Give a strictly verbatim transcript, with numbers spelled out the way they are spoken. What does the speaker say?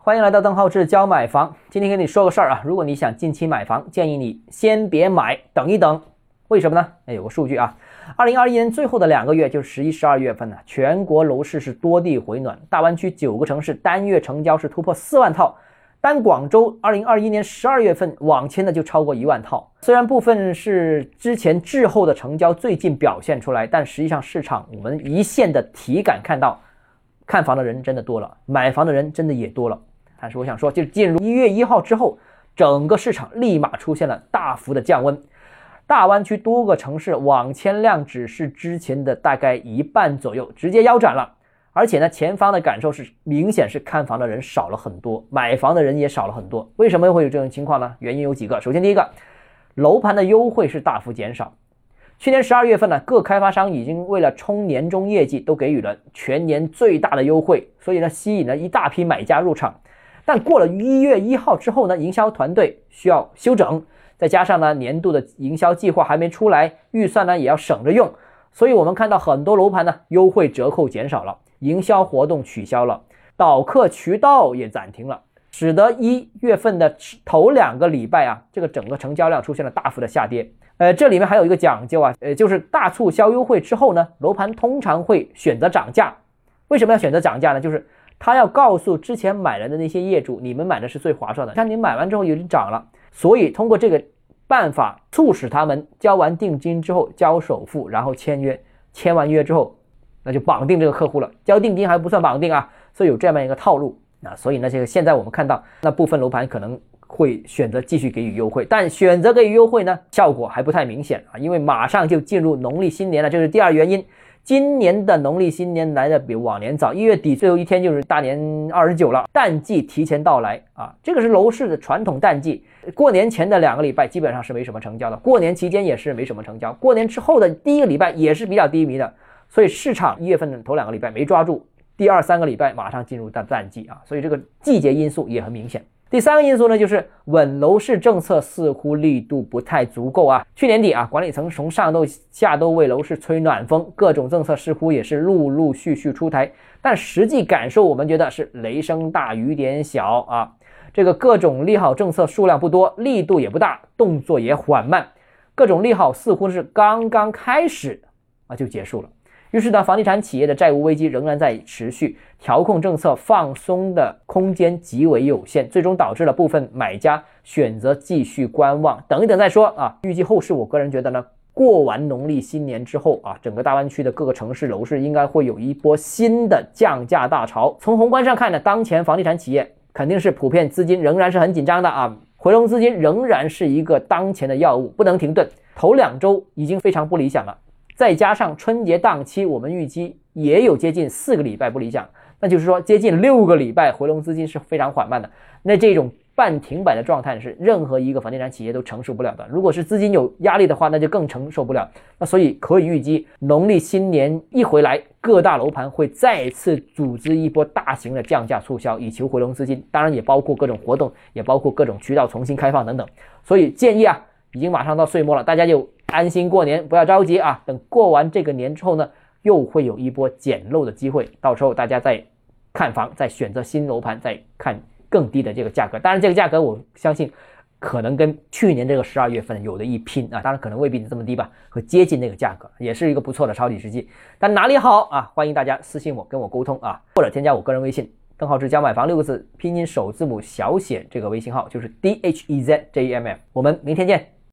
欢迎来到邓浩志教买房。今天跟你说个事儿啊，如果你想近期买房，建议你先别买，等一等。为什么呢？哎，有个数据啊，二零二一年最后的两个月，就是十一、十二月份呢，全国楼市是多地回暖，大湾区九个城市单月成交是突破四万套。单广州二零二一年十二月份网签的就超过一万套。虽然部分是之前滞后的成交最近表现出来，但实际上市场我们一线的体感看到，看房的人真的多了，买房的人真的也多了。但是我想说，就进入一月一号之后，整个市场立马出现了大幅的降温。大湾区多个城市网签量只是之前的大概一半左右，直接腰斩了。而且呢，前方的感受是明显是看房的人少了很多，买房的人也少了很多。为什么会有这种情况呢？原因有几个。首先第一个，楼盘的优惠是大幅减少。去年十二月份呢，各开发商已经为了冲年终业绩，都给予了全年最大的优惠，所以呢，吸引了一大批买家入场。但过了一月一号之后呢，营销团队需要休整，再加上呢，年度的营销计划还没出来，预算呢也要省着用，所以我们看到很多楼盘呢，优惠折扣减少了，营销活动取消了，导客渠道也暂停了，使得一月份的头两个礼拜啊，这个整个成交量出现了大幅的下跌。呃，这里面还有一个讲究啊，呃，就是大促销优惠之后呢，楼盘通常会选择涨价。为什么要选择涨价呢？就是他要告诉之前买来的那些业主，你们买的是最划算的，像你买完之后已经涨了，所以通过这个办法促使他们交完定金之后交首付，然后签约，签完约之后那就绑定这个客户了，交定金还不算绑定啊，所以有这样一个套路啊。所以呢，这个现在我们看到那部分楼盘可能会选择继续给予优惠，但选择给予优惠呢，效果还不太明显啊，因为马上就进入农历新年了，这是第二原因。今年的农历新年来的比往年早，一月底最后一天就是大年二十九了，淡季提前到来啊，这个是楼市的传统淡季。过年前的两个礼拜基本上是没什么成交的，过年期间也是没什么成交，过年之后的第一个礼拜也是比较低迷的，所以市场一月份的头两个礼拜没抓住，第二三个礼拜马上进入到淡季啊，所以这个季节因素也很明显。第三个因素呢，就是稳楼市政策似乎力度不太足够啊。去年底啊，管理层从上到下都为楼市吹暖风，各种政策似乎也是陆陆续续出台，但实际感受我们觉得是雷声大雨点小啊。这个各种利好政策数量不多，力度也不大，动作也缓慢，各种利好似乎是刚刚开始啊就结束了。于是呢，房地产企业的债务危机仍然在持续，调控政策放松的空间极为有限，最终导致了部分买家选择继续观望，等一等再说啊。预计后市，我个人觉得呢，过完农历新年之后啊，整个大湾区的各个城市楼市应该会有一波新的降价大潮。从宏观上看呢，当前房地产企业肯定是普遍资金仍然是很紧张的啊，回笼资金仍然是一个当前的要务，不能停顿。头两周已经非常不理想了。再加上春节档期，我们预计也有接近四个礼拜不理想，那就是说接近六个礼拜回笼资金是非常缓慢的。那这种半停摆的状态是任何一个房地产企业都承受不了的。如果是资金有压力的话，那就更承受不了。那所以可以预计，农历新年一回来，各大楼盘会再次组织一波大型的降价促销，以求回笼资金。当然也包括各种活动，也包括各种渠道重新开放等等。所以建议啊，已经马上到岁末了，大家就安心过年，不要着急啊！等过完这个年之后呢，又会有一波捡漏的机会，到时候大家再看房，再选择新楼盘，再看更低的这个价格。当然，这个价格我相信可能跟去年这个十二月份有的一拼啊，当然可能未必这么低吧，会接近那个价格，也是一个不错的抄底时机。但哪里好啊？欢迎大家私信我跟我沟通啊，或者添加我个人微信邓浩志教买房六个字拼音首字母小写这个微信号就是 D H E Z J M F。我们明天见。